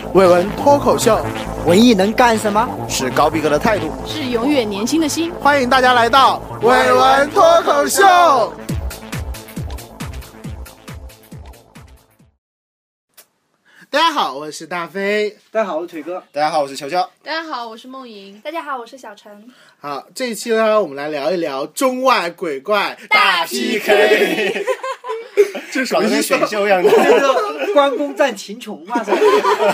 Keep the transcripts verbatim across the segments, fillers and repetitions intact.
伟文脱口秀， 文艺能干什么？ 是高逼格的态度， 是永远年轻的心。 欢迎大家来到伟文脱口秀。大家好，我是大飞。 大家好，我是腿哥。 大家好，我是球球。 大家好，我是梦莹。 大家好，我是小陈。 好，这一期呢，我们来聊一聊中外鬼怪大 P K。 这搞得跟选秀一样的。 关公战秦琼嘛，是吧？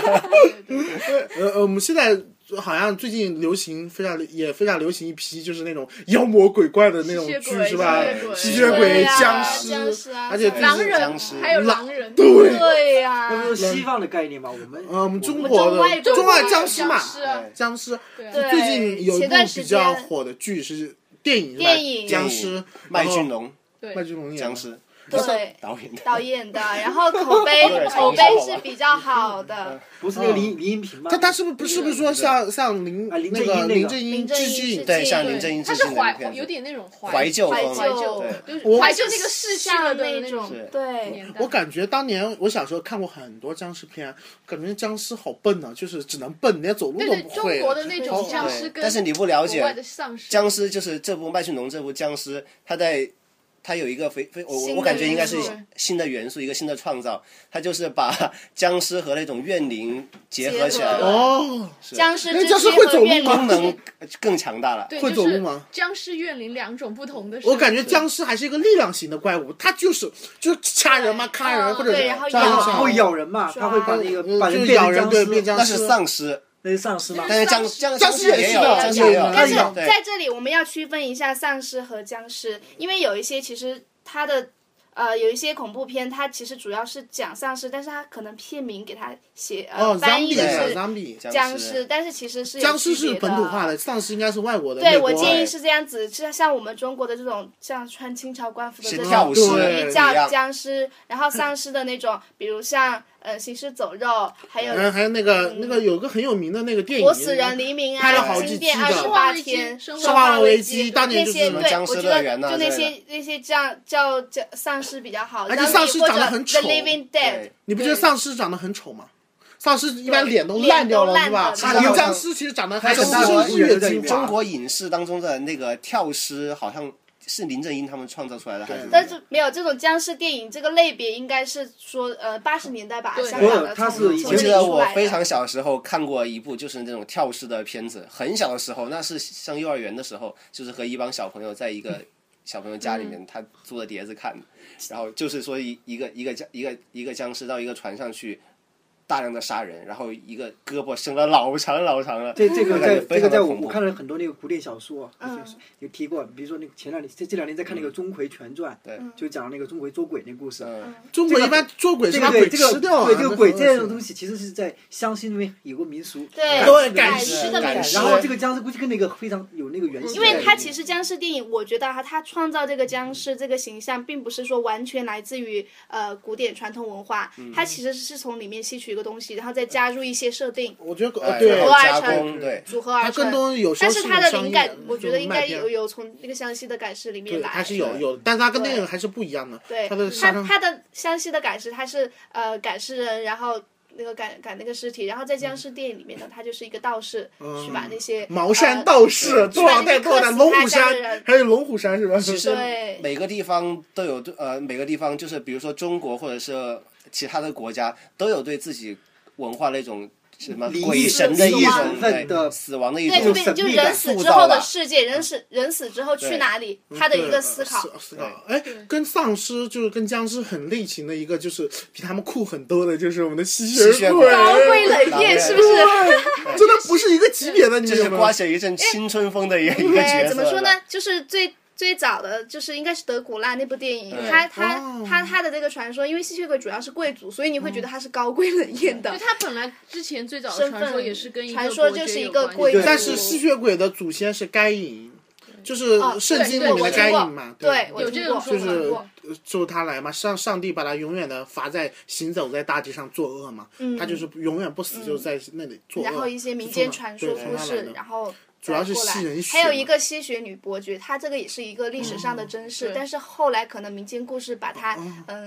呃，我们现在好像最近流行非常也非常流行一批就是那种妖魔鬼怪的那种剧是吧？吸血鬼、僵尸，而且狼人，还有狼人。 对对呀， 那不是西方的概念吗？我们呃，我们中国的中外僵尸嘛，僵尸。 对， 最近有一部比较火的剧是电影， 电影僵尸， 麦浚龙， 麦浚龙僵尸。 对， 导演的， 导演的，然后口碑口碑是比较好的。 不是那个林林英平吗？ 他他是不是是不是说像像林啊林那个林正英致敬？ 对，像林正英致敬的片子。他是怀有点那种怀旧怀旧， 对， 怀旧那个逝去的那种。对， 我感觉当年我小时候看过很多僵尸片，感觉僵尸好笨啊，就是只能笨，连走路都不会。 中国的那种僵尸， 但是你不了解僵尸，就是这部麦浚龙这部僵尸，他在。它有一个非非我我感觉应该是新的元素，一个新的创造，它就是把僵尸和那种怨灵结合起来了。 哦， 僵尸僵尸会走路吗？ 功能更强大了。 会走路吗？ 僵尸怨灵两种不同的。 我感觉僵尸还是一个力量型的怪物，它就是就掐人嘛，咔人或者然后它会咬人嘛，它会把那个把人变成僵尸， 变僵尸。 那是丧尸。 那是丧尸吗？ 但是僵僵僵尸也有，僵尸也有。 但是在这里我们要区分一下丧尸和僵尸，因为有一些其实它的呃有一些恐怖片，它其实主要是讲丧尸，但是它可能片名给它写呃、 哦、 翻译的是僵尸，但是其实是僵尸是本土化的，丧尸应该是外国的。 对，我建议是这样子，就像我们中国的这种像穿清朝官服的这种属于叫僵尸，然后丧尸的那种，比如像。呃，行尸走肉，还有嗯，还有那个、嗯、那个有个很有名的那个电影， 活死人黎明啊， 拍了好几季的， 二十八天， 生化危机，当年就是对， 僵尸乐园呐， 就那些那些这样叫叫丧尸比较好， 而且丧尸长得很丑 ，The Living Dead， 你不觉得丧尸长得很丑吗？丧尸一般脸都烂掉了，是吧？僵尸其实长得还是中国影视当中的那个跳尸，好像。是林正英他们创造出来的，还是？ 但是没有这种僵尸电影这个类别，应该是说呃八十年代吧，香港的。 他是我记得我非常小的时候看过一部就是那种跳尸的片子，很小的时候，那是上幼儿园的时候，就是和一帮小朋友在一个小朋友家里面，他租的碟子看，然后就是说一一个一个僵一个一个僵尸到一个船上去。大量的杀人，然后一个胳膊伸了老长老长了。 这这个在这个在我我看了很多那个古典小说，嗯，有提过，比如说那个前两年这这两年在看那个《钟馗全传》， 对， 就讲那个钟馗捉鬼那故事。 嗯， 钟馗一般捉鬼是把鬼吃掉啊。 对，这个鬼这种东西其实是在湘西那边有个民俗， 对对， 赶尸的民俗。 然后这个僵尸估计跟那个非常有那个原型。 因为它其实僵尸电影，我觉得哈，它创造这个僵尸这个形象，并不是说完全来自于呃古典传统文化，它其实是从里面吸取一个东西，然后再加入一些设定， 我觉得呃对， 组合而成， 对， 组合而成。 它更多有时候但是它的灵感，我觉得应该有有从那个湘西的改尸里面来。 它是有有，但是它跟那个还是不一样的。 对， 它的它它的湘西的改尸，它是呃改尸人，然后。那个赶赶那个尸体，然后在僵尸电影里面呢，他就是一个道士， 嗯、 去把那些茅山道士，多少代多少代，龙虎山还有龙虎山是吧？ 其实每个地方都有呃，每个地方就是比如说中国或者是其他的国家都有对自己文化那种。什么鬼神的一种对死亡的一种对，就人死之后的世界，人死人死之后去哪里，他的一个思考。 思考，哎，跟丧尸就是跟僵尸很类型的一个，就是比他们酷很多的，就是我们的吸血鬼， 高贵冷艳，是不是？ 真的不是一个级别的，你就是刮起一阵青春风的一个角色。 怎么说呢？就是最。最早的就是应该是德古拉那部电影，他他他他的这个传说，因为吸血鬼主要是贵族，所以你会觉得他是高贵冷艳的。 就他本来之前最早的传说也是跟一个传说就是一个贵族， 但是吸血鬼的祖先是该隐，就是圣经里面的该隐嘛。 对， 有这种说法。就是就他来嘛，上上帝把他永远的罚在行走在大街上作恶嘛，他就是永远不死，就在那里作恶。 然后一些民间传说故事，然后。 主要是吸人血， 还有一个吸血女伯爵，她这个也是一个历史上的真事，但是后来可能民间故事把它嗯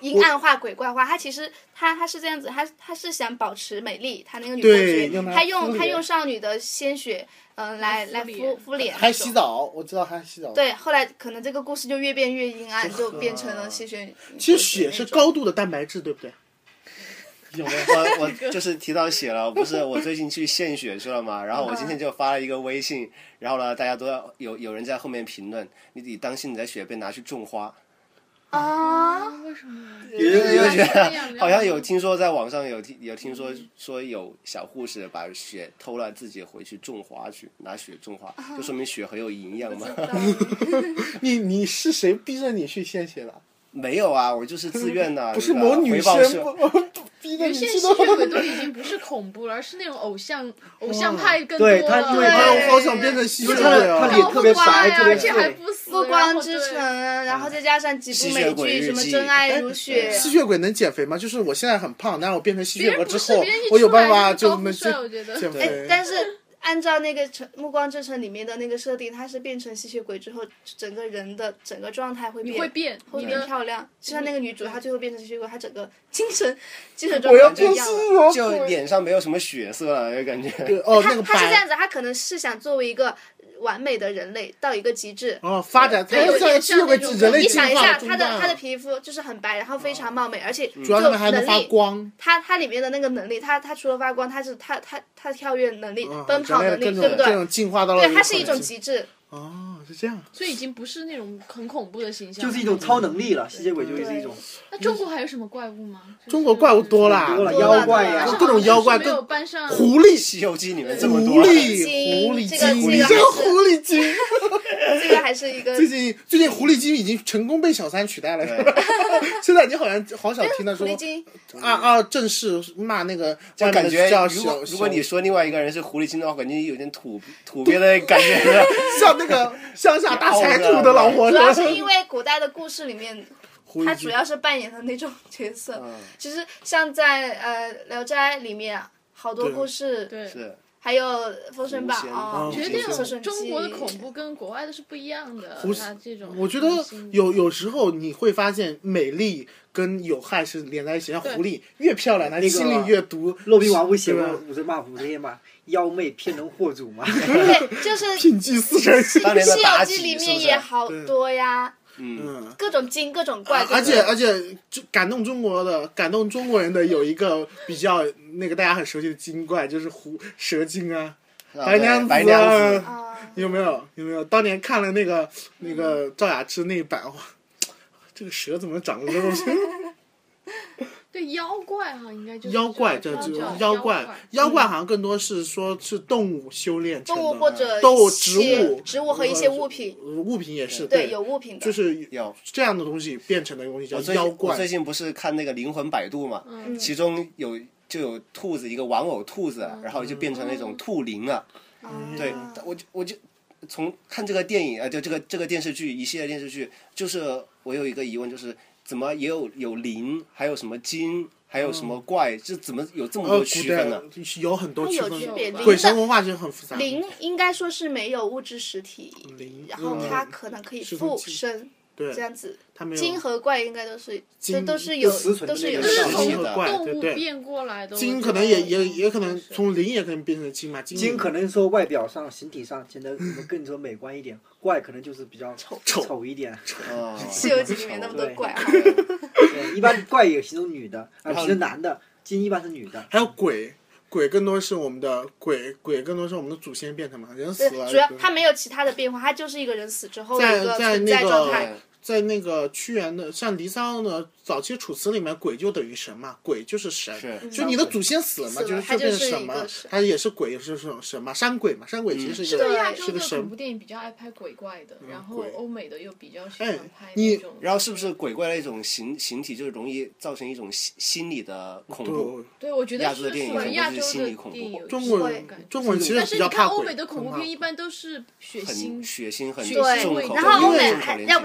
阴暗化、鬼怪化。他其实他他是这样子，他他是想保持美丽，他那个女公主，他用他用少女的鲜血，嗯、呃，来来敷敷脸， 还洗澡，我知道还洗澡。 对，后来可能这个故事就越变越阴暗，就变成了吸血女。 其实血是高度的蛋白质，对不对？有没有？ 我我就是提到血了，不是我最近去献血去了嘛，然后我今天就发了一个微信，然后呢，大家都要有有人在后面评论，你得当心你的血被拿去种花。 啊？ 为什么？ 有有觉得好像有听说在网上有听有听说说有小护士把血偷了自己回去种花去，拿血种花，就说明血很有营养嘛。 你你是谁逼着你去献血的？ 没有啊，我就是自愿的。 不是某女生逼着你去的。 有些吸血鬼都已经不是恐怖了，而是那种偶像偶像派更多了。 对他， 对，我好想变成吸血鬼啊！ 他脸特别白， 而且还不死。 暮光之城，然后再加上几部美剧，什么《真爱如雪》。 吸血鬼能减肥吗？就是我现在很胖，但是我变成吸血鬼之后，我有办法就能减肥。 但是按照那个《暮光之城》里面的那个设定，他是变成吸血鬼之后，整个人的整个状态会变， 会变， 会变漂亮。就像那个女主，她最后变成吸血鬼，她整个精神精神状态不一样了， 就脸上没有什么血色了，就感觉。 哦，那个他是这样子，他可能是想作为一个完美的人类到一个极致， 哦，发展， 对，有点像那种人类。 你想一下，他的他的皮肤就是很白，然后非常貌美，而且主要他还能发光。 他他里面的那个能力，他他除了发光，他是他他他跳跃能力、奔跑能力，对不对？ 这种进化到了， 对，它是一种极致。 哦，是这样。 所以已经不是那种很恐怖的形象， 就是一种超能力了。吸血鬼就是一种。 那中国还有什么怪物吗？ 中国怪物多啦， 多了妖怪呀， 各种妖怪， 没有搬上狐狸，《 西游记》里面这么多， 狐狸，狐狸精，你这个狐狸精， 这个还是一个。 最近最近狐狸精已经成功被小三取代了，现在你好像好少听他说啊啊，正式骂那个， 就感觉如果如果你说另外一个人是狐狸精的话，感觉有点土土鳖的感觉， 像那个乡下大财主的老婆。 主要是因为古代的故事里面，他主要是扮演的那种角色。嗯、其实像在呃《聊斋》里面，好多故事， 对， 是还有《封神榜》啊， 我觉得这种中国的恐怖跟国外的是不一样的。它这种， 我觉得有有时候你会发现美丽跟有害是连在一起，像狐狸越漂亮，它心里越毒。 骆宾王不写过五十骂五十天吗？妖媚偏能惑主嘛？ 对，就是品级四神星。 当年的妲己西游记里面也好多呀。 嗯， 各种精各种怪， 而且而且就感动中国的感动中国人的有一个比较那个大家很熟悉的精怪，就是狐蛇精啊，白娘子啊，有没有有没有？当年看了那个那个赵雅芝那一版，哇，这个蛇怎么长得这么？ 对，妖怪哈，应该就是妖怪，这这妖怪，妖怪好像更多是说是动物修炼成的， 动物或者动物、植物、 植物和一些物品， 物品也是对，有物品的， 就是有这样的东西变成的东西叫妖怪。 我最近不是看那个《灵魂摆渡》嘛， 嗯、 其中有就有兔子，一个玩偶兔子，然后就变成那种兔灵了。 嗯、 对，我就我就从看这个电影啊，就这个这个电视剧一系列电视剧，就是我有一个疑问，就是怎么也有有灵，还有什么精？还有什么怪？这怎么有这么多区分呢？ 呃、有很多区分。 有区别。 鬼神文化其实很复杂。 灵应该说是没有物质实体，然后它可能可以附身， 对， 这样子。 精和怪应该都是，这都是有，都是有精和怪， 动对对。 物变过来的。 精可能也也也可能从灵也可能变成精嘛。 精可能说外表上、形体上显得更说美观一点，怪可能就是比较丑丑一点。 哦。 西游记里面那么多怪啊。 对，一般怪也形容女的，啊，形容男的，精一般是女的。 还有鬼，鬼更多是我们的鬼，鬼更多是我们的祖先变成嘛，人死了。 主要它没有其他的变化，它就是一个人死之后的一个存在状态。 在那个屈原的像离骚的早期楚辞里面，鬼就等于神嘛，鬼就是神，就你的祖先死了嘛，就是就变成神嘛，他也是鬼，也是神嘛，山鬼嘛，山鬼其实是一个是个神。 恐怖电影比较爱拍鬼怪的，然后欧美的又比较喜欢拍那种。 然后是不是鬼怪的一种形形体，就容易造成一种心心理的恐怖？ 对，我觉得亚洲的电影很亚洲多是心理的恐怖。 中国人中国人其实比较怕鬼。 但是你看欧美的恐怖片一般都是血腥、 血腥很对， 重口， 然后欧美还要不然他就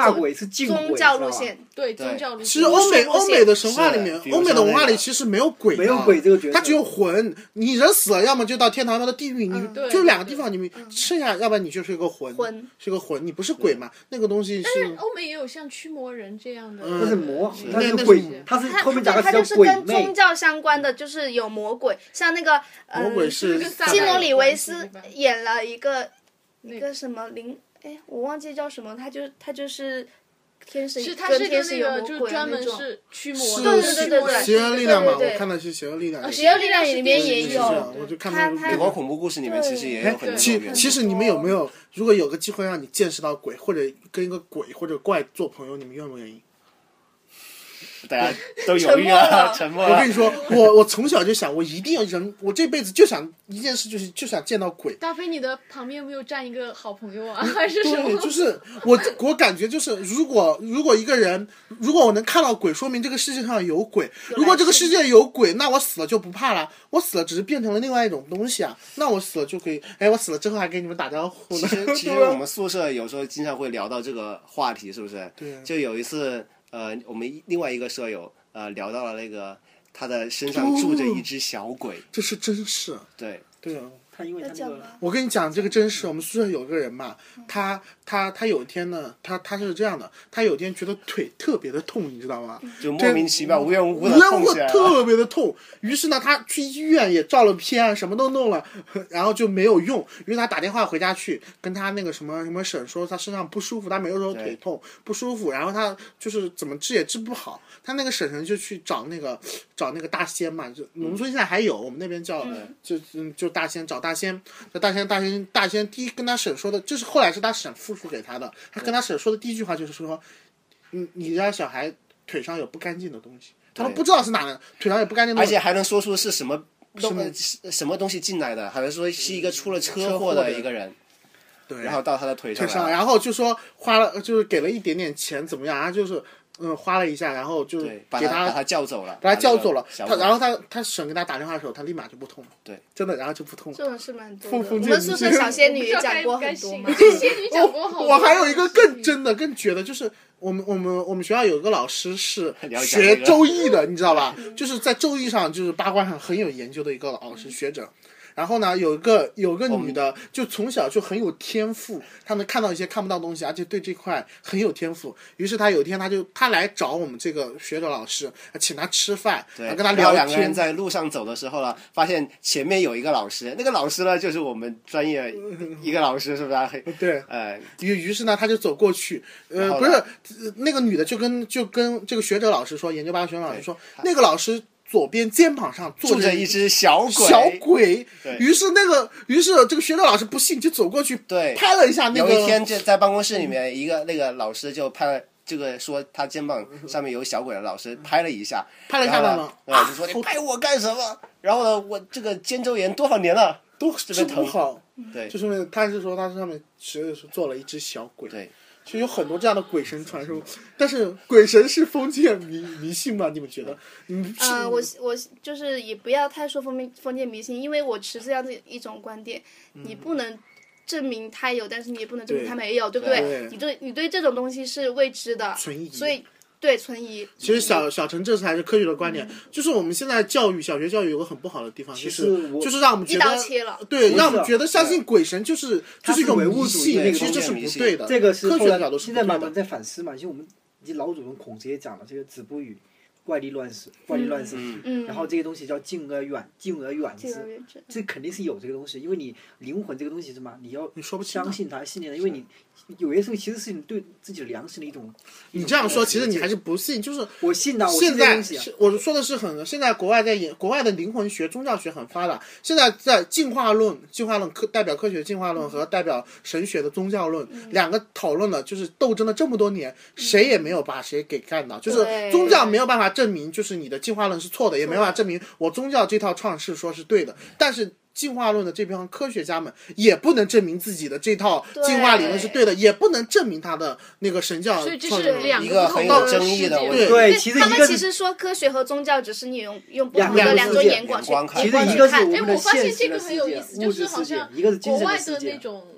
大鬼是敬鬼宗教路线， 对宗教路线。 其实欧美欧美的神话里面，欧美的文化里其实没有鬼， 没有鬼这个角色， 它只有魂。你人死了，要么就到天堂，要么到地狱，你就两个地方，你们剩下，要不然你就是一个魂， 魂是个魂，你不是鬼嘛？那个东西是。 但是欧美也有像驱魔人这样的， 那是魔， 那是鬼，他是后面讲它就是跟宗教相关的，就是有魔鬼，像那个魔鬼是基努里维斯演了一个一个什么灵，哎，我忘记叫什么，他就他就是天使， 是他是天使有魔就鬼专门那种。 是驱魔对对对对对， 邪恶力量嘛， 对对对我看的是邪恶力量。 邪恶力量里面也有， 我就看他那美国恐怖故事里面其实也有很多。 其其实你们有没有，如果有个机会让你见识到鬼，或者跟一个鬼或者怪做朋友，你们愿不愿意？ 大家都犹豫了，沉默了。 我跟你说，我我从小就想，我一定要人，我这辈子就想一件事，就是就想见到鬼。 大飞，你的旁边有没有站一个好朋友啊？还是什么？ 对，就是我我感觉就是，如果如果一个人，如果我能看到鬼，说明这个世界上有鬼。如果这个世界有鬼，那我死了就不怕了。我死了只是变成了另外一种东西啊。那我死了就可以，哎，我死了之后还给你们打招呼呢。 其实其实我们宿舍有时候经常会聊到这个话题，是不是？ 对。 就有一次，呃，我们另外一个舍友。呃，聊到了那个他的身上住着一只小鬼， 这是真事。 对对啊， 他因为他那个， 我跟你讲这个真事，我们宿舍有个人嘛，他他他有一天呢，他他是这样的，他有一天觉得腿特别的痛，你知道吗？ 就莫名其妙无缘无故的痛起来了， 特别的痛。于是呢，他去医院也照了片，什么都弄了，然后就没有用。于是他打电话回家去跟他那个什么什么婶说他身上不舒服，他没有说腿痛不舒服，然后他就是怎么治也治不好。他那个婶婶就去找那个找那个大仙嘛，就农村现在还有，我们那边叫、嗯、就嗯就大仙找大仙，这大仙大仙大仙第一跟他婶说的，这是后来是他婶复述给他的，他跟他婶说的第一句话就是说，你你家小孩腿上有不干净的东西，他都不知道是哪的，腿上有不干净的东西， 而且还能说出是什么东什, 什么东西进来的，好像说是一个出了车祸的一个人。 对， 然后到他的腿上， 腿上，然后就说花了，就是给了一点点钱，怎么样？然后就是嗯，花了一下，然后就给他把他叫走了， 把他叫走了。他然后他他婶给他打电话的时候，他立马就不痛了。 对， 真的，然后就不痛了。 这种是蛮多的。我们宿舍小仙女也讲过很多嘛。 仙女讲过好多。 我还有一个更真的、更绝的，就是我们我们我们学校有一个老师是学周易的，你知道吧？就是在周易上，就是八卦上很有研究的一个老师学者。然后呢，有一个有个女的，就从小就很有天赋，她能看到一些看不到东西，而且对这块很有天赋。于是她有一天，她就她来找我们这个学者老师，请他吃饭， 对， 跟他聊天。 两个人在路上走的时候呢，发现前面有一个老师，那个老师呢就是我们专业一个老师，是不是？ 对， 呃， 于于是呢，他就走过去，呃，不是那个女的就跟就跟这个学者老师说，研究八卦学者老师说，那个老师。左边肩膀上坐着一只小鬼， 小鬼。于是那个，于是这个学者老师不信，就走过去， 对， 拍了一下那个。 有一天就在办公室里面，一个那个老师就拍了这个说他肩膀上面有小鬼的老师拍了一下， 拍了一下呢，老师说你拍我干什么？然后呢，我这个肩周炎多少年了， 都这边疼。 好， 对， 就是他是说他上面其实是做了一只小鬼。 对。 其实有很多这样的鬼神传说，但是鬼神是封建迷迷信吗？你们觉得？嗯、 呃，我我就是也不要太说封建封建迷信，因为我持这样的一种观点， 嗯、 你不能证明他有，但是你也不能证明他没有，对不对？ 对你对你对这种东西是未知的， 存疑， 所以。对，存疑。 其实小小陈这才是科学的观点，嗯、就是我们现在教育小学教育有个很不好的地方，就是就是让我们觉得一刀切了， 对，让我们觉得相信鬼神就是就是一种迷信，其实这是不对的。 这个是科学的角度是现在慢慢在反思嘛，其实我们以及老祖宗孔子也讲了，这个子不语。怪力乱神，怪力乱神。 嗯， 然后这个东西叫敬而远，敬而远之。这肯定是有这个东西，因为你灵魂这个东西是嘛，你要你说不相信它，信念它，因为你有些时候其实是你对自己的良心的一种。 你这样说，其实你还是不信，就是我信的。 现在我说的是很，现在国外在国外的灵魂学、宗教学很发达。现在在进化论、进化论科代表科学进化论和代表神学的宗教论两个讨论了，就是斗争了这么多年，谁也没有把谁给干倒，就是宗教没有办法证明就是你的进化论是错的，也没办法证明我宗教这套创世说是对的，但是进化论的这帮科学家们也不能证明自己的这套进化理论是对的，也不能证明他的那个神教， 所以这是两个很有争议的。 对对，其实他们其实说科学和宗教只是你用用不同的两种眼光去看。 其实一个是我们的现实的世界，物质世界， 一个是精神国外的世界。 那种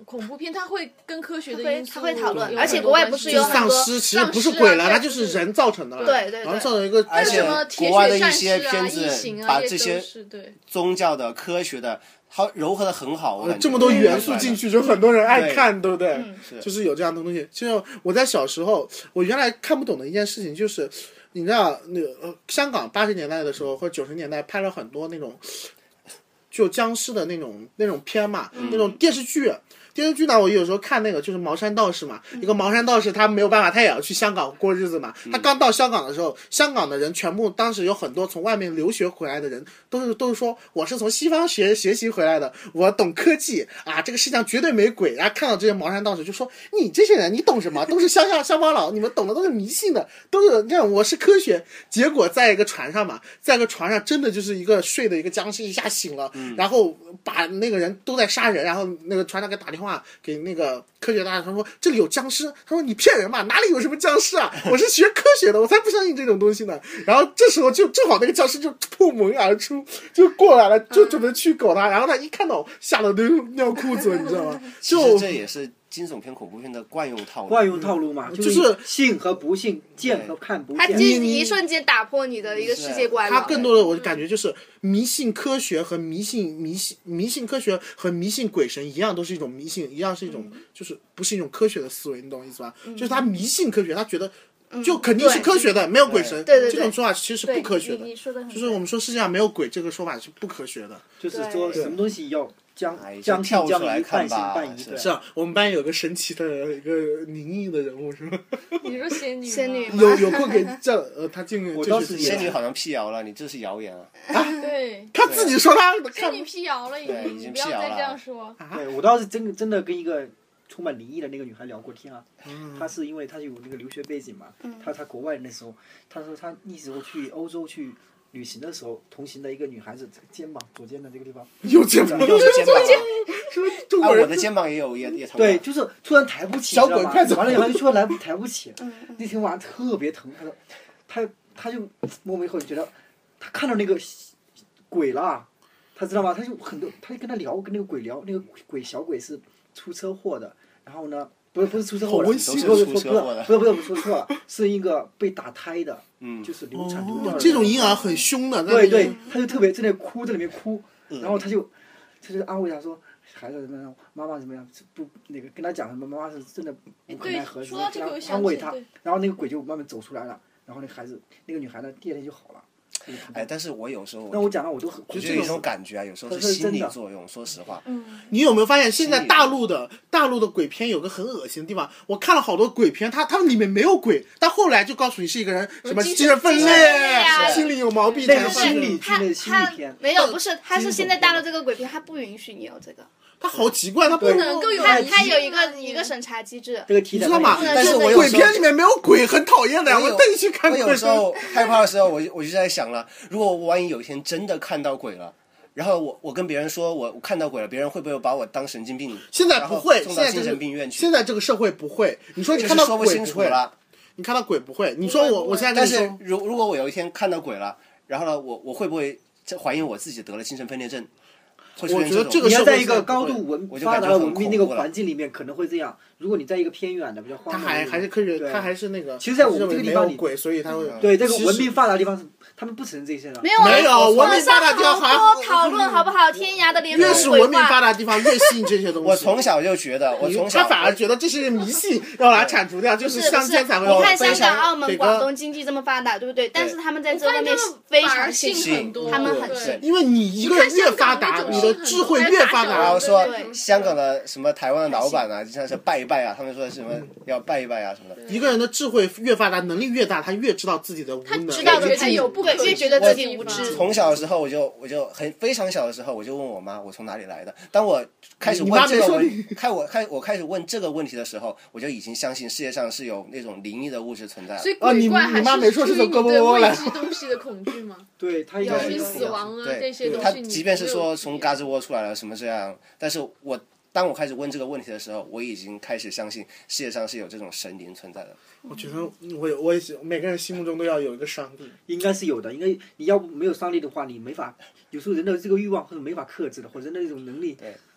恐怖片，它会跟科学的会因素它会讨论有而且很多国外不是关系就是丧有很多尸其实不是丧尸啊鬼了， 对它就是人造成的了。 对对对然后造成一个， 而且什么铁国外的血战一些士啊异片子形啊也都把这些是对宗教的、科学的，好糅合的很好。我感觉这么多元素进去，就很多人爱看，对不对？ 嗯是就是有这样的东西。就我在小时候，我原来看不懂的一件事情就是，你知道，那个呃，香港八十年代的时候或九十年代拍了很多那种就僵尸的那种那种片嘛， 嗯那种电视剧。电视剧呢，我有时候看那个就是茅山道士嘛，一个茅山道士他没有办法，他也要去香港过日子嘛。他刚到香港的时候，香港的人全部当时有很多从外面留学回来的人，都是都是说我是从西方学学习回来的，我懂科技啊，这个世界上绝对没鬼。然后看到这些茅山道士就说你这些人你懂什么？都是乡下乡巴佬，你们懂的都是迷信的，都是这样。我是科学。结果在一个船上嘛，在一个船上真的就是一个睡的一个僵尸一下醒了，嗯、然后把那个人都在杀人，然后那个船长给打电话。给那个科学大师，他说这里有僵尸，他说你骗人吧，哪里有什么僵尸啊？我是学科学的，我才不相信这种东西呢。然后这时候就正好那个僵尸就破门而出，就过来了，就准备去搞他。然后他一看到，吓得都尿裤子，你知道吗？就这也是惊悚片、恐怖片的惯用套路。 惯用套路嘛， 就是是信和不信，见和看不见。 它就是一瞬间打破你的一个世界观了。 它更多的我感觉就是迷信科学和迷信迷信迷信科学和迷信鬼神一样，都是一种迷信，一样是一种、嗯、就是不是一种科学的思维，你懂我意思吧？嗯、就是他迷信科学，他觉得。就肯定是科学的，没有鬼神。 对对对， 这种说法其实是不科学的。 你说的很对。 就是我们说世界上没有鬼这个说法是不科学的。 就是说什么东西要将将跳将出来看吧。 半疑。 是啊，我们班有个神奇的一个灵异的人物，是吧？ 你说仙女？ 仙女有有空给这呃，他进我当时仙女好像辟谣了，你这是谣言啊！ 啊，对， 他自己说他仙女辟谣了，已经， 你不要再这样说。 对我倒是真真的跟一个。充满灵异的那个女孩聊过天啊， 嗯、 她是因为她有那个留学背景嘛， 嗯、 她她国外那时候，她说她那时候去欧洲去旅行的时候，同行的一个女孩子，这个肩膀左肩的这个地方有肩膀， 有肩膀， 是啊，我的肩膀也有也也疼。 对，就是突然抬不起， 小鬼快走， 完了以后就突然来不抬不起， 嗯、 那天晚上特别疼，她说，她她就摸摸以后就觉得，她看到那个鬼了，她知道吗？她就很多，她就跟他聊，跟那个鬼聊，那个鬼小鬼是。出车祸的，然后呢，不是不是出车祸的， 都是出车祸的， 不是不是不是说错了，是一个被打胎的， 嗯， 就是流产流掉的。 这种婴儿很凶的， 对对，他就特别在那哭，在里面哭，然后他就他就安慰他说，孩子怎么样，妈妈怎么样，不那个跟他讲什么，妈妈是真的无可奈何， 说到这个安慰他，然后那个鬼就慢慢走出来了，然后那个孩子那个女孩呢，第二天就好了。 哎，但是我有时候， 那我讲的我都很， 我觉得有一种感觉啊，有时候是心理作用。说实话， 嗯， 你有没有发现现在大陆的大陆的鬼片有个很恶心的地方？我看了好多鬼片，它它们里面没有鬼，但后来就告诉你是一个人什么精神分裂，心理有毛病， 那个心理剧的心理片没有，不是，他是现在大陆这个鬼片，他不允许你有这个。 他好奇怪，他不能够有他他有一个一个审查机制， 这个题你知道吗？ 但是我有鬼片里面没有鬼，很讨厌的呀，我带你去看鬼。 我有时候害怕的时候，我我就在想了，如果我万一有一天真的看到鬼了，然后我我跟别人说我我看到鬼了，别人会不会把我当神经病？ 现在不会， 送到精神病院去。 现在这个社会不会。你说你看到鬼不会了， 你看到鬼不会。你说我我现在但是如如果我有一天看到鬼了，然后呢，我我会不会怀疑我自己得了精神分裂症？ 我觉得这个你要在一个高度文发达的文明那个环境里面，可能会这样。如果你在一个偏远的比较荒他还还是科学，他还是那个。 其实，在我们这个地方， 鬼，所以他会对这个文明发达的地方，他们不承认这些的。 没有没有，文明发达地方好多讨论好不好？天涯的联越是文明发达地方，越信这些东西。 我从小就觉得，我从小他反而觉得这是迷信，要把它铲除掉，就是乡间才会。 你看香港、澳门、广东经济这么发达，对不对？但是他们在这方面非常信， 他们很信。 因为你一个人越发达，你的智慧越发达。 然后说香港的什么台湾的老板啊，经常是拜一拜啊，他们说什么要拜一拜啊什么的。 一个人的智慧越发达，能力越大，他越知道自己的无能。 他知道的他有不可越觉得自己无知。 从小的时候我就我就很非常小的时候我就问我妈我从哪里来的。当我开始问这个问，开我开我开始问这个问题的时候，我就已经相信世界上是有那种灵异的物质存在了。 所以鬼怪还是出于你对未知东西的恐惧吗？ 对，他有于死亡啊这些东西。 他即便是说从嘎吱窝出来了什么这样，但是我。当我开始问这个问题的时候，我已经开始相信世界上是有这种神灵存在的。 我觉得我我也每个人心目中都要有一个上帝， 应该是有的。应该你要不没有上帝的话，你没法，有时候人的这个欲望或者没法克制的，或者人的这种能力，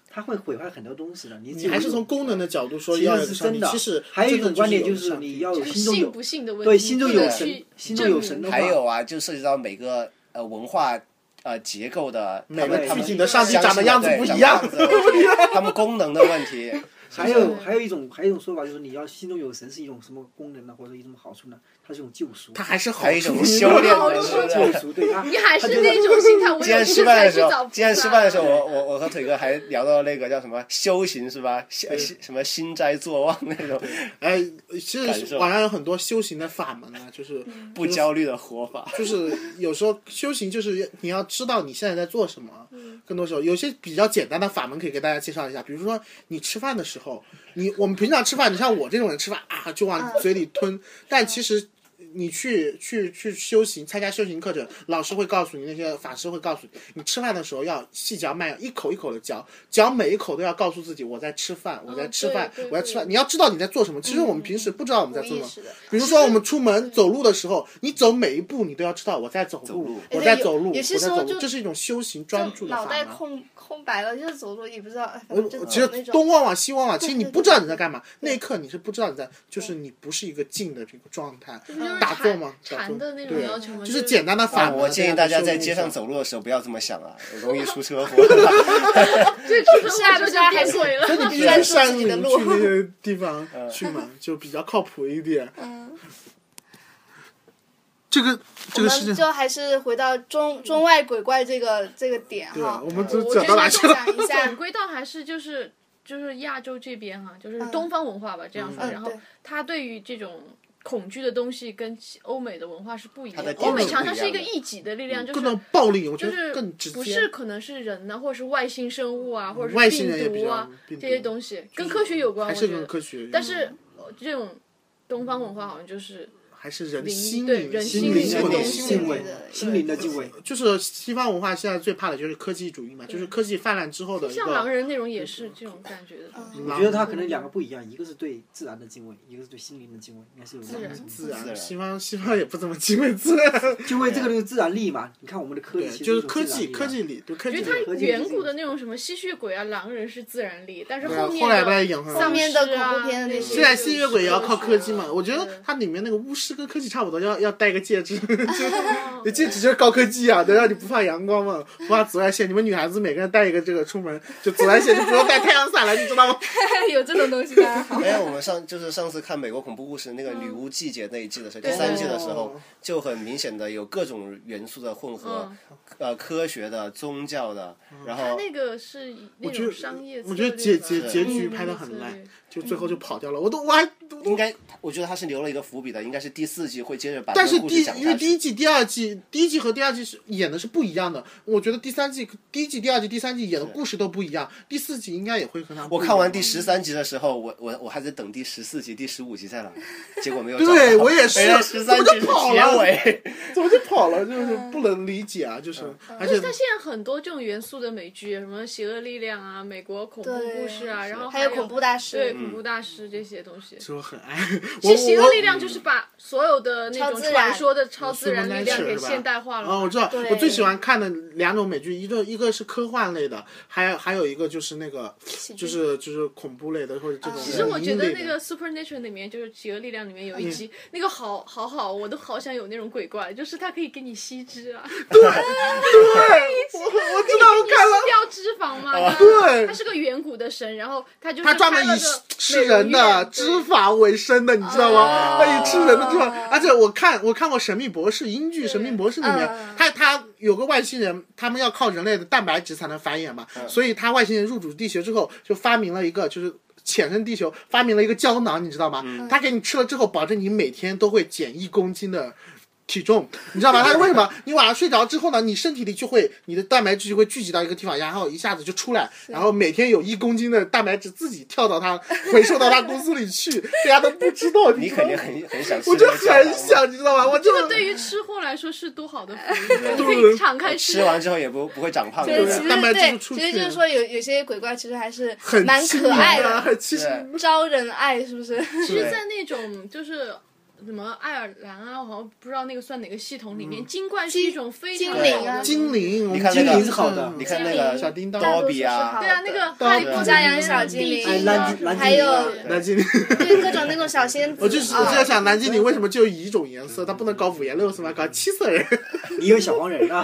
它会毁坏很多东西的。你你还是从功能的角度说其要实是真的。 其实还有一种观点就是你要有心中有信不信的问题， 对心中有去神，心中有神的话。 还有啊，就涉及到每个呃文化。呃，结构的， 每个具体的上帝长的样子不一样， 他们功能的问题。 还有还有一种还有一种说法就是你要心中有神是一种什么功能呢，或者一种好处呢？它是一种救赎。 它还是好还有一种修炼的救赎，对它。 你还是那种心态。我今天吃饭的时候，今天吃饭的时候，我我我和腿哥还聊到那个叫什么修行是吧？什么心斋作望那种。 哎，其实网上有很多修行的法门啊，就是不焦虑的活法。 就是有时候修行就是你要知道你现在在做什么。更多时候有些比较简单的法门可以给大家介绍一下，比如说你吃饭的时候，你我们平常吃饭，你像我这种人吃饭啊就往嘴里吞，但其实你去去去修行，参加修行课程，老师会告诉你，那些法师会告诉你，你吃饭的时候要细嚼慢咬，一口一口的嚼，嚼每一口都要告诉自己我在吃饭，我在吃饭，我在吃饭。你要知道你在做什么。其实我们平时不知道我们在做什么。比如说我们出门走路的时候，你走每一步你都要知道我在走路，我在走路，我在走路，这是一种修行专注的法门。 脑袋空空白了，就是走路也不知道。 其实东望望西望望，其实你不知道你在干嘛。那一刻你是不知道你在，就是你不是一个静的这个状态。打坐吗？ 禅的那种要求吗？ 就是简单的法门。 我建议大家在街上走路的时候不要这么想啊，容易出车祸。 这出车祸就太鬼了。 所以你必须去山林去那些地方去嘛，就比较靠谱一点。 嗯。 这个这个事情就还是回到中中外鬼怪这个这个点哈。 我们就讲到哪去了？ 讲一下， 总归到还是就是就是亚洲这边哈，就是东方文化吧，这样说。然后他对于这种。恐惧的东西跟欧美的文化是不一样的，欧美常常是一个异己的力量，就是更暴力，我觉得更直接， 不是可能是人呢，或者是外星生物啊，或者是病毒啊这些东西，跟科学有关， 还是跟科学。 但是这种东方文化好像就是还是人心灵、人心灵的东西， 敬畏，心灵的敬畏。 就是西方文化现在最怕的就是科技主义嘛，就是科技泛滥之后的一个。 像狼人那种也是这种感觉的。 我觉得它可能两个不一样，一个是对自然的敬畏，一个是对心灵的敬畏，应该是有自然自然。西方西方也不怎么敬畏自然， 敬畏这个就是自然力嘛。你看我们的科技， 就是科技科技力，对科技。 我觉得它远古的那种什么吸血鬼啊、狼人是自然力，但是后面后来在影上面的恐怖片的那些， 现在吸血鬼也要靠科技嘛。我觉得它里面那个巫师跟科技差不多，要。要戴个戒指，就戒指就是高科技啊，能让你不怕阳光嘛，不怕紫外线。你们女孩子每个人带一个这个出门，就紫外线就不用带太阳伞了，你知道吗？ 有这种东西吗？ 哎，我们上就是上次看美国恐怖故事那个女巫季节那一季的时候，第三季的时候就很明显的有各种元素的混合，呃，科学的、宗教的，然后那个是那种商业， 我觉得结结结局拍得很烂，就最后就跑掉了。我都我还应该，我觉得他是留了一个伏笔的，应该是第四季会接着把但是第因为第一季、第二季，第一季和第二季是演的是不一样的。我觉得第三季、第一季、第二季、第三季演的故事都不一样，第四季应该也会和他们。 我看完第十三集的时候，我我我还在等第十四集、第十五集再来，结果没有。 对我也是， 十三集结尾， 怎么就跑了？就是不能理解啊！就是，而且他现在很多这种元素的美剧，什么《邪恶力量》啊，美国恐怖故事啊，然后还有恐怖大师， 对恐怖大师这些东西。 其实我很爱。 其实《邪恶力量》就是把所有的那种传说的超自然力量给现代化了。 哦，我知道，我最喜欢看的两种美剧，一个一个是科幻类的，还有还有一个就是那个就是就是恐怖类的或者这种。 其实我觉得那个 Supernatural 里面就是《邪恶力量》里面有一集，那个好好好，我都好想有那种鬼怪，就是它可以给你吸脂啊。 对对，我我知道我看了。 吸掉脂肪嘛？ 对， 他是个远古的神，然后他就是他专门以吃人的脂肪为生的，你知道吗？他以吃人的脂肪，而且我看我看过《神秘博士》英剧《神秘博士》里面，他他有个外星人，他们要靠人类的蛋白质才能繁衍嘛，所以他外星人入主地球之后，就发明了一个就是潜身地球，发明了一个胶囊，你知道吗？他给你吃了之后，保证你每天都会减一公斤的体重，你知道吗？它是为什么？你晚上睡着之后呢，你身体里就会你的蛋白质就会聚集到一个地方，然后一下子就出来，然后每天有一公斤的蛋白质自己跳到它回收到它公司里去，大家都不知道。 你肯定很很想吃， 我就很想，你知道吗？我这个对于吃货来说是多好的福利，你可以敞开吃， 吃完之后也不不会长胖。 对，其实蛋白质对， 出去其实就是说有有些鬼怪其实还是很蛮可爱的，很亲招人爱，是不是？ 其实，在那种就是。 什么爱尔兰啊，我好像不知道那个算哪个系统里面，精怪是一种非常精灵啊精灵， 你看那精灵个是好的， 你看那个小叮当多比啊， 对啊，那个哈利波特家养小精灵哎蓝精蓝精灵还有蓝精灵。 对各种那种小仙子。 我就是我就在想，蓝精灵为什么就一种颜色？它不能搞五颜六色吗？搞七色人。 你有小黄人啊，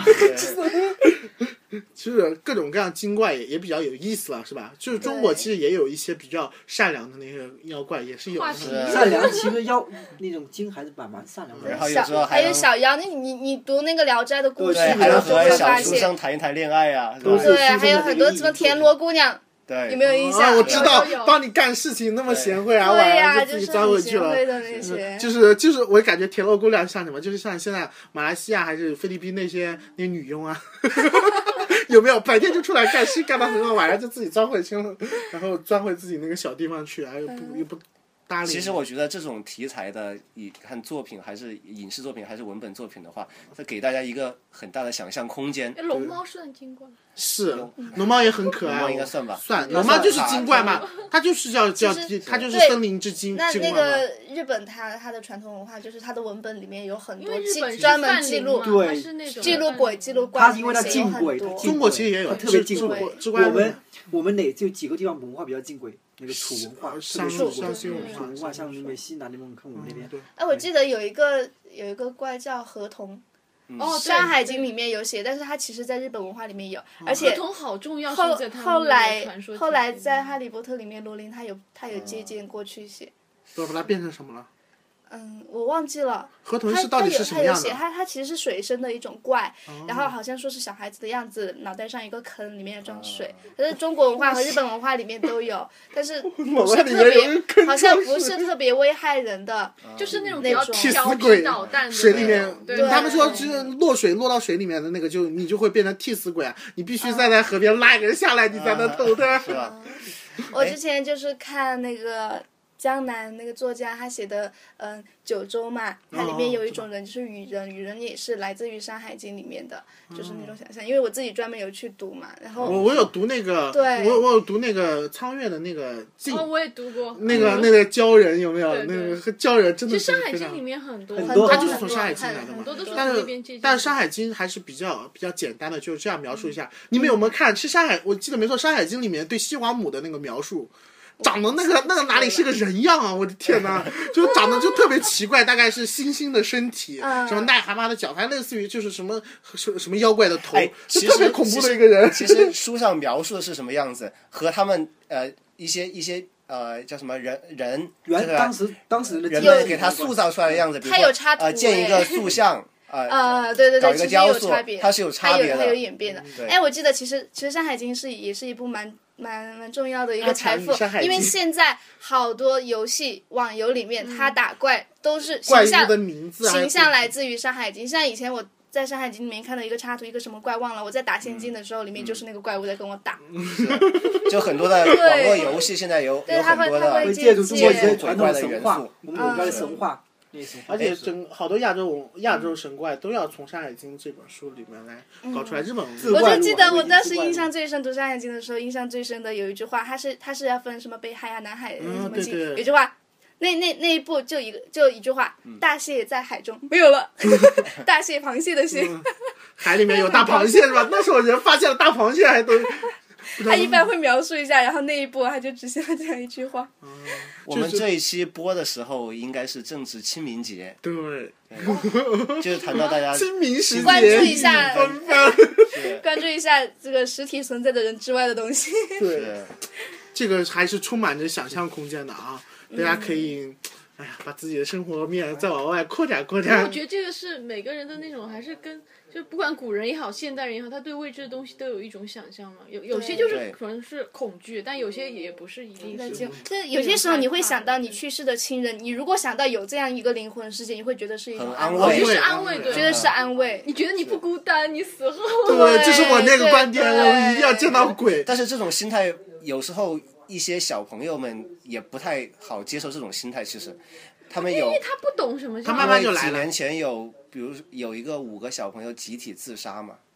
其实各种各样精怪也也比较有意思了，是吧？就是中国其实也有一些比较善良的那些妖怪，也是有画皮的。 善良其实妖那种精还是蛮蛮善良的。 然后有小还有时候还能小妖，那你你你读那个《聊斋》的故事， 对， 是还能都会和小书发现， 生谈一谈恋爱啊，是吧都是对，还有很多什么田螺姑娘， 对， 有没有印啊， 象？ 我知道有有有， 帮你干事情那么贤惠啊， 对晚呀， 上就自己就是钻回去了。 很贤惠的那些。 就是就是，我感觉田螺姑娘像什么？就是像现在马来西亚还是菲律宾那些那些女佣啊，有没有？白天就出来干事，干到很晚，晚上就自己钻回去了，然后钻回自己那个小地方去，然后又不又不搭理你。 其实我觉得这种题材的，以看作品还是影视作品还是文本作品的话，它给大家一个很大的想象空间。 哎，龙猫算精怪吗？ 是龙猫也很可爱哦， 龙猫应该算吧算， 应该算龙猫就是精怪嘛，它就是叫叫其实它就是对森林之精那精怪嘛。 那个日本它它的传统文化就是它的文本里面有很因多为日本是记专门泛灵记录嘛对它是那种记录鬼、记录怪它的那些有因为它禁鬼，它很多。 禁中国其实也有它特别是是禁鬼。 之怪我们我们哪就几个地方文化比较禁鬼？那个楚文化，特山别是山西文化楚文化，像那个西南那边，看我们那边。 对， 哎，我记得有一个有一个怪叫河童， 哦， 《山海经》里面有写，但是它其实在日本文化里面有，而合且同好重要， 后是在他们那个后来传说后来体系在《哈利波特》里面，罗琳他有他有借鉴过去写。 不把它变成什么了？ 嗯，我忘记了。 河童他是到底是什么样的？ 他有写，他他其实是水生的一种怪，然后好像说是小孩子的样子，脑袋上一个坑，里面装水。但是中国文化和日本文化里面都有，但是不是脑袋里面有特别一个，坑好像装水不是特别危害人的。 就是那种比那种较调皮替死鬼捣蛋的水里面那种，对他们说对就是落水落到水里面的那个，就你就会变成替死鬼啊！你必须站在河边拉一个人下来，你才能投的。 是吧？ 我之前就是看那个江南那个作家他写的，嗯，九州嘛，它里面有一种人就是羽人，羽人也是来自于《山海经》里面的，就是那种想象。因为我自己专门有去读嘛，然后我我有读那个， 对我我有读那个苍月的那个镜， 哦，我也读过那个那个鲛人有没有？ 对对那个鲛人真的其实《山海经》 是非常里。面很多很多他就是很多从山海经来的嘛很多都是但是从那边借鉴但是《山海经》还是比较比较简单的，就是这样描述一下。你们有没有看？其实山海，我记得没错，《山海经》里面对西皇母的那个描述，长得那个那个哪里是个人样啊！我的天哪，就长得就特别奇怪，大概是猩猩的身体， 嗯什么癞蛤蟆的脚，反正类似于就是什么什什么妖怪的头， 哎， 就其实特别恐怖的一个人。 其实书上描述的是什么样子，和他们呃一些一些呃叫什么人人这个原当时当时的人记录们给他塑造出来的样子，比如说它有插图呃建一个哎塑像。呃， 呃，对对搞对，其实一个雕塑有差别， 它是有差别的它有它有演变的。 对哎，我记得其实其实《山海经》是也是一部蛮蛮蛮重要的一个阿财富强与山海，经因为现在好多游戏网游里面，它打怪都是怪物形象的名字还形象来自于《山海经》，像以前我。在《山海经》里面看到一个插图，一个什么怪忘了。我在打仙境的时候，里面就是那个怪物在跟我打。 就很多的网络游戏现在有有对它会很多的它会会借助中国一些借传统的神话，我们古代的嗯神话，那些神话而且整好多亚洲亚洲神怪都要从《山海经》这本书里面来搞出来。日本自怪我就记得入我当时自怪入印象最深读《山海经》的时候，印象最深的有一句话，它是它是要分什么北海啊、南海嗯什么经， 对对有一句话。那那那一部就一个就一句话， 嗯大蟹在海中没有了，大蟹螃蟹的蟹， 海里面有大螃蟹是吧？那时候人发现了大螃蟹还都。 他一般会描述一下，然后那一部他就只写了这样一句话。 我们这一期播的时候应该是正值清明节， 对， 就是谈到大家清明时节， 关注一下纷纷。 是关注一下这个实体存在的人之外的东西。 对， 是这个还是充满着想象空间的啊！大家可以，哎呀，把自己的生活面再往外扩展扩我展。 觉得这个是每个人的那种，还是跟就不管古人也好，现代人也好，他对未知的东西都有一种想象嘛。有有些就是对可能是恐惧，但有些也不是一定是。 就是有些时候你会想到你去世的亲人，你如果想到有这样一个灵魂世界，你会觉得是一种很安慰， 慰是安慰，对， 觉得是安慰。 你觉得你不孤单，你死后。 对，这是我那个观点， 对我一定要见到鬼。 但是这种心态有时候一些小朋友们也不太好接受这种心态，其实他们有。 他不懂什么叫。 他慢慢就来了几年前有，比如有一个五个小朋友集体自杀嘛，那个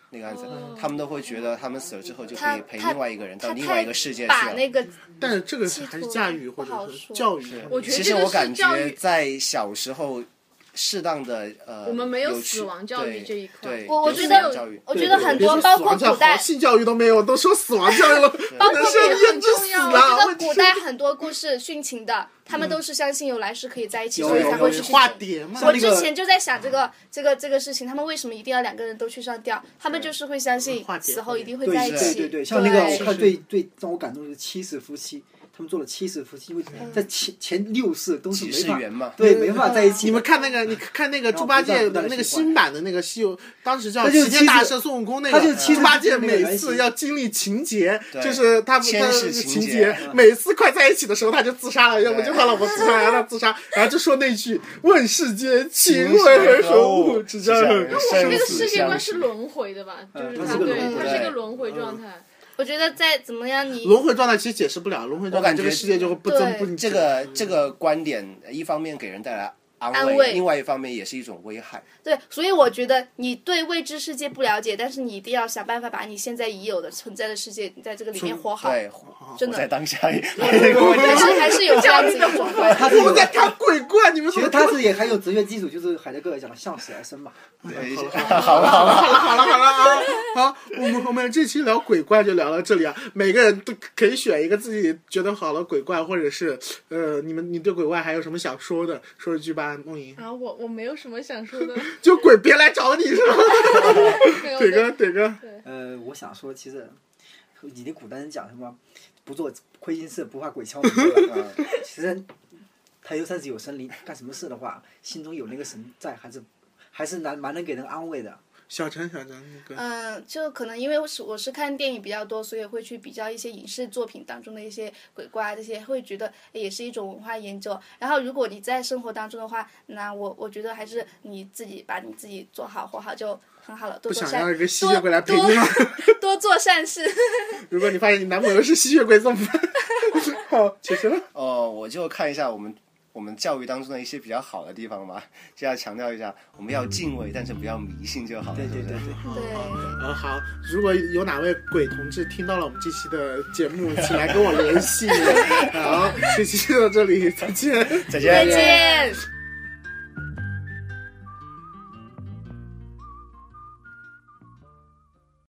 那个案子， 哦他们都会觉得他们死了之后就可以陪他另外一个人到他另外一个世界去了。 把那个但是这个还是驾驭或者是教育。 我觉得其这个是实我感教育觉在小时候适当的呃， 我们没有有死亡教育这一块对， 我我有死觉得亡教育我觉得很别说多包括死亡教育古代好性教育都没有，都说死亡教育了， 包括不能生别焉知死我了。 觉得古代很多故事殉情的，他们都是相信有来世可以在一起， 有所以才会去有有化殉情。 蝶嘛， 我之前就在想这个这个这个事情，他们为什么一定要两个人都去上吊？他们就是会相信化解死后一定会对在一起。 对对对，像那个我对看最最让我感动的是七世夫妻，他们做了七世夫妻，因为在前前六世都是几没法世缘嘛。 对没法在一起。 你们看那个，你看那个猪八戒的那个新版的那个西游，当时叫他就齐天大圣孙悟空那个， 他就七猪八戒那个每原型次要经历情劫， 对就是他他前世情情节节，每次快在一起的时候他就自杀了，要不就他老婆自杀，然后他自杀，然后就说那句“问世间情为何物”，只叫生那个死世界观相识。 是轮回的吧？就是它它对， 是个轮回它是一个对轮回状态。 我觉得再怎么样你， 轮回状态其实解释不了，轮回状态我感觉这个世界就会不增不减。 这个这个观点，一方面给人带来安安慰另外一方面也是一种危害。 对，所以我觉得你对未知世界不了解，但是你一定要想办法把你现在已有的存在的世界，你在这个里面活好。 对， 真的活在当下。 但是还是有这样子一种状态。 他是有我们在看鬼怪，你们其实他是也还有哲学基础，就是海德格尔讲的向死而生嘛。 对好了好了好了好了好了啊！好，我们我们这期聊鬼怪就聊到这里啊。每个人都可以选一个自己觉得好的鬼怪，或者是呃，你们你对鬼怪还有什么想说的？说一句吧，梦莹。 啊，我我没有什么想说的。 就鬼别来找你是吧？ 没有怼哥怼哥。 呃，我想说，其实以前古代人讲什么不做亏心事，不怕鬼敲门，对吧？呃其实他就算是有神灵，干什么事的话，心中有那个神在，还是还是蛮蛮能给人安慰的。 小陈，小陈，那个， 嗯，就可能因为我是我是看电影比较多，所以会去比较一些影视作品当中的一些鬼怪这些，会觉得也是一种文化研究。然后如果你在生活当中的话，那我我觉得还是你自己把你自己做好活好就很好了，多不做善， 想让一个吸血鬼来陪你多吗？ 多做善事。 如果你发现你男朋友是吸血鬼怎么办？好，其实哦，我就看一下我们我们教育当中的一些比较好的地方吧，就要强调一下，我们要敬畏，但是不要迷信就好了。 对对是不是对对。 对。 呃，好，如果有哪位鬼同志听到了我们这期的节目，请来跟我联系。好，这期就到这里，再见， 再见。 再见。